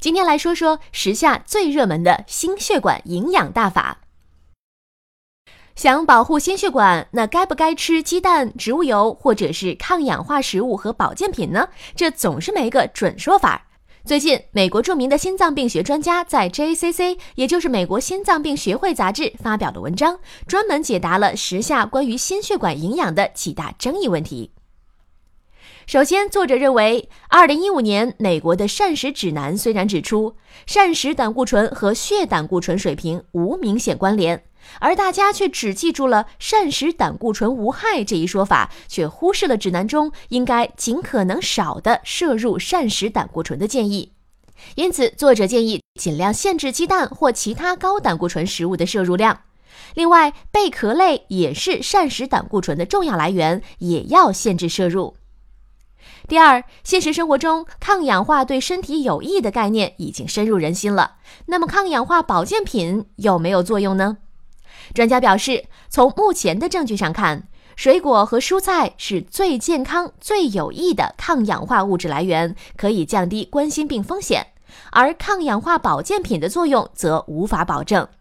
今天来说说时下最热门的心血管营养大法。想保护心血管，那该不该吃鸡蛋、植物油或者是抗氧化食物和保健品呢？这总是没个准说法。最近，美国著名的心脏病学专家在 JACC， 也就是美国心脏病学会杂志发表了文章，专门解答了时下关于心血管营养的几大争议问题。首先，作者认为2015年美国的膳食指南虽然指出膳食胆固醇和血胆固醇水平无明显关联，而大家却只记住了膳食胆固醇无害这一说法，却忽视了指南中应该尽可能少的摄入膳食胆固醇的建议。因此，作者建议尽量限制鸡蛋或其他高胆固醇食物的摄入量。另外，贝壳类也是膳食胆固醇的重要来源，也要限制摄入。第二，现实生活中抗氧化对身体有益的概念已经深入人心了，那么抗氧化保健品有没有作用呢？专家表示，从目前的证据上看，水果和蔬菜是最健康、最有益的抗氧化物质来源，可以降低冠心病风险，而抗氧化保健品的作用则无法保证。